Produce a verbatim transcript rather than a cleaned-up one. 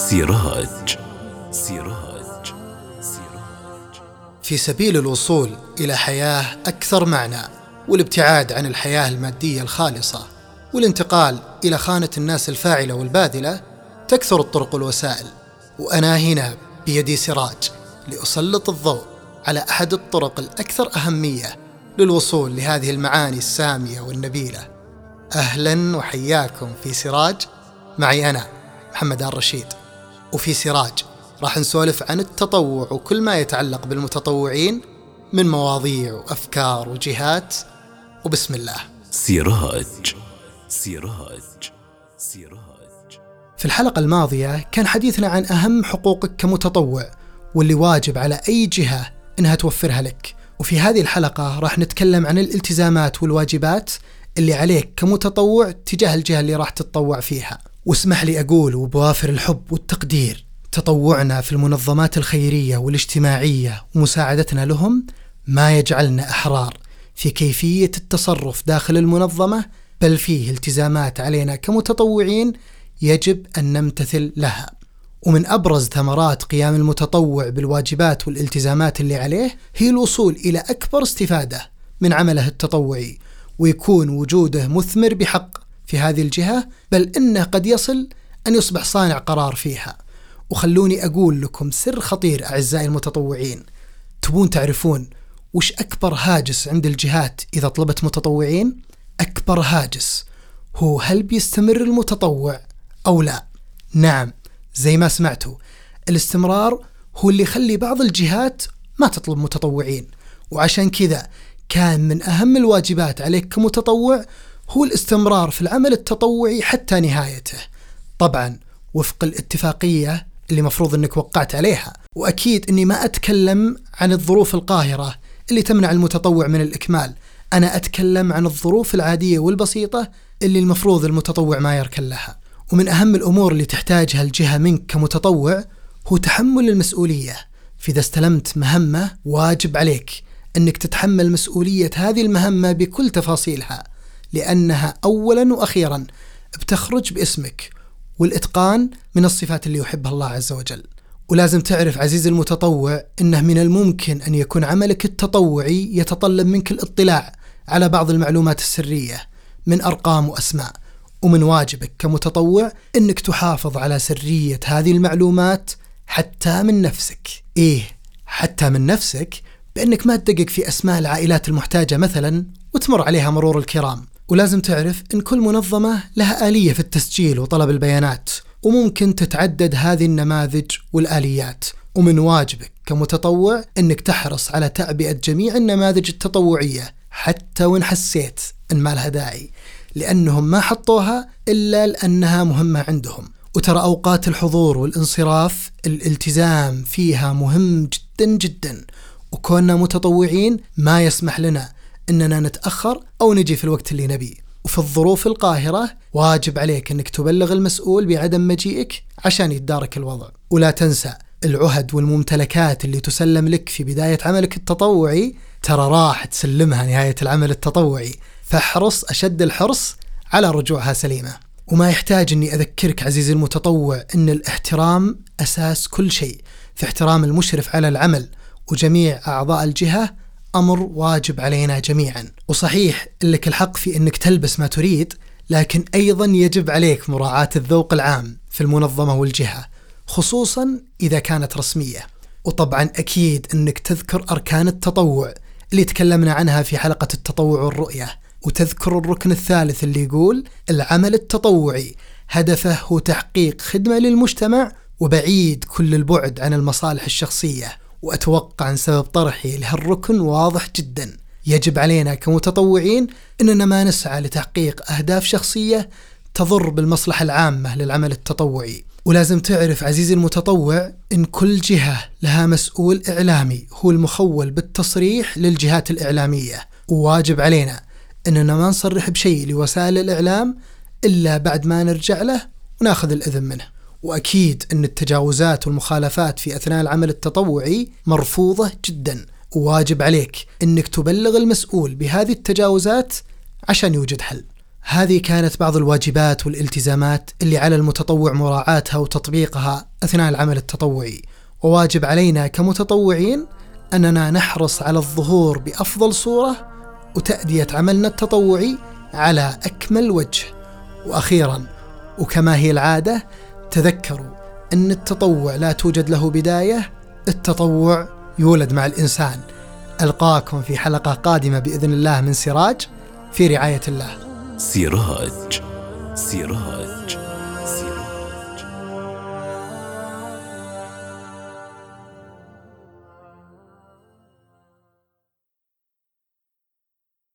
سراج سراج سراج في سبيل الوصول إلى حياة أكثر معنى، والابتعاد عن الحياة المادية الخالصة، والانتقال إلى خانة الناس الفاعلة والباذلة، تكثر الطرق والوسائل. وأنا هنا بيدي سراج لأسلط الضوء على أحد الطرق الأكثر أهمية للوصول لهذه المعاني السامية والنبيلة. أهلا وحياكم في سراج، معي أنا محمد آل رشيد. وفي سراج راح نسولف عن التطوع وكل ما يتعلق بالمتطوعين من مواضيع وأفكار وجهات، وبسم الله. سراج سراج سراج. في الحلقة الماضية كان حديثنا عن أهم حقوقك كمتطوع واللي واجب على أي جهة إنها توفرها لك. وفي هذه الحلقة راح نتكلم عن الالتزامات والواجبات اللي عليك كمتطوع تجاه الجهة اللي راح تتطوع فيها. واسمح لي أقول وبوافر الحب والتقدير، تطوعنا في المنظمات الخيرية والاجتماعية ومساعدتنا لهم ما يجعلنا أحرار في كيفية التصرف داخل المنظمة، بل فيه التزامات علينا كمتطوعين يجب أن نمتثل لها. ومن أبرز ثمرات قيام المتطوع بالواجبات والالتزامات اللي عليه هي الوصول إلى أكبر استفادة من عمله التطوعي، ويكون وجوده مثمر بحق في هذه الجهة، بل إنه قد يصل أن يصبح صانع قرار فيها. وخلوني أقول لكم سر خطير أعزائي المتطوعين. تبون تعرفون وش أكبر هاجس عند الجهات إذا طلبت متطوعين؟ أكبر هاجس هو هل بيستمر المتطوع أو لا. نعم، زي ما سمعتوا، الاستمرار هو اللي يخلي بعض الجهات ما تطلب متطوعين. وعشان كذا كان من أهم الواجبات عليك كمتطوع هو الاستمرار في العمل التطوعي حتى نهايته، طبعا وفق الاتفاقية اللي مفروض أنك وقعت عليها. وأكيد أني ما أتكلم عن الظروف القاهرة اللي تمنع المتطوع من الإكمال، أنا أتكلم عن الظروف العادية والبسيطة اللي المفروض المتطوع ما يركن لها. ومن أهم الأمور اللي تحتاجها الجهة منك كمتطوع هو تحمل المسؤولية. فإذا استلمت مهمة واجب عليك أنك تتحمل مسؤولية هذه المهمة بكل تفاصيلها، لأنها أولا وأخيرا بتخرج باسمك، والإتقان من الصفات اللي يحبها الله عز وجل. ولازم تعرف عزيزي المتطوع أنه من الممكن أن يكون عملك التطوعي يتطلب منك الاطلاع على بعض المعلومات السرية من أرقام وأسماء، ومن واجبك كمتطوع أنك تحافظ على سرية هذه المعلومات حتى من نفسك. إيه، حتى من نفسك، بأنك ما تدقق في أسماء العائلات المحتاجة مثلا وتمر عليها مرور الكرام. ولازم تعرف أن كل منظمة لها آلية في التسجيل وطلب البيانات، وممكن تتعدد هذه النماذج والآليات. ومن واجبك كمتطوع أنك تحرص على تعبئة جميع النماذج التطوعية حتى وإن حسيت أن ما لها داعي، لأنهم ما حطوها إلا لأنها مهمة عندهم. وترى أوقات الحضور والانصراف الالتزام فيها مهم جدا جدا، وكوننا متطوعين ما يسمح لنا أننا نتأخر أو نجي في الوقت اللي نبي. وفي الظروف القاهرة واجب عليك أنك تبلغ المسؤول بعدم مجيئك عشان يتدارك الوضع. ولا تنسى العهد والممتلكات اللي تسلم لك في بداية عملك التطوعي ترى راح تسلمها نهاية العمل التطوعي، فاحرص أشد الحرص على رجوعها سليمة. وما يحتاج أني أذكرك عزيزي المتطوع أن الاحترام أساس كل شيء، في احترام المشرف على العمل وجميع أعضاء الجهة أمر واجب علينا جميعا. وصحيح لك الحق في أنك تلبس ما تريد، لكن أيضا يجب عليك مراعاة الذوق العام في المنظمة والجهة، خصوصا إذا كانت رسمية. وطبعا أكيد أنك تذكر أركان التطوع اللي تكلمنا عنها في حلقة التطوع والرؤية، وتذكر الركن الثالث اللي يقول العمل التطوعي هدفه هو تحقيق خدمة للمجتمع وبعيد كل البعد عن المصالح الشخصية. وأتوقع أن سبب طرحي لهالركن واضح جدا. يجب علينا كمتطوعين أننا ما نسعى لتحقيق أهداف شخصية تضر بالمصلحة العامة للعمل التطوعي. ولازم تعرف عزيزي المتطوع أن كل جهة لها مسؤول إعلامي هو المخول بالتصريح للجهات الإعلامية، وواجب علينا أننا ما نصرح بشيء لوسائل الإعلام إلا بعد ما نرجع له وناخذ الإذن منه. وأكيد أن التجاوزات والمخالفات في أثناء العمل التطوعي مرفوضة جدا، وواجب عليك أنك تبلغ المسؤول بهذه التجاوزات عشان يوجد حل. هذه كانت بعض الواجبات والالتزامات اللي على المتطوع مراعاتها وتطبيقها أثناء العمل التطوعي، وواجب علينا كمتطوعين أننا نحرص على الظهور بأفضل صورة وتأدية عملنا التطوعي على أكمل وجه. وأخيرا وكما هي العادة، تذكروا أن التطوع لا توجد له بداية، التطوع يولد مع الإنسان. ألقاكم في حلقة قادمة بإذن الله من سراج، في رعاية الله. سراج سراج سراج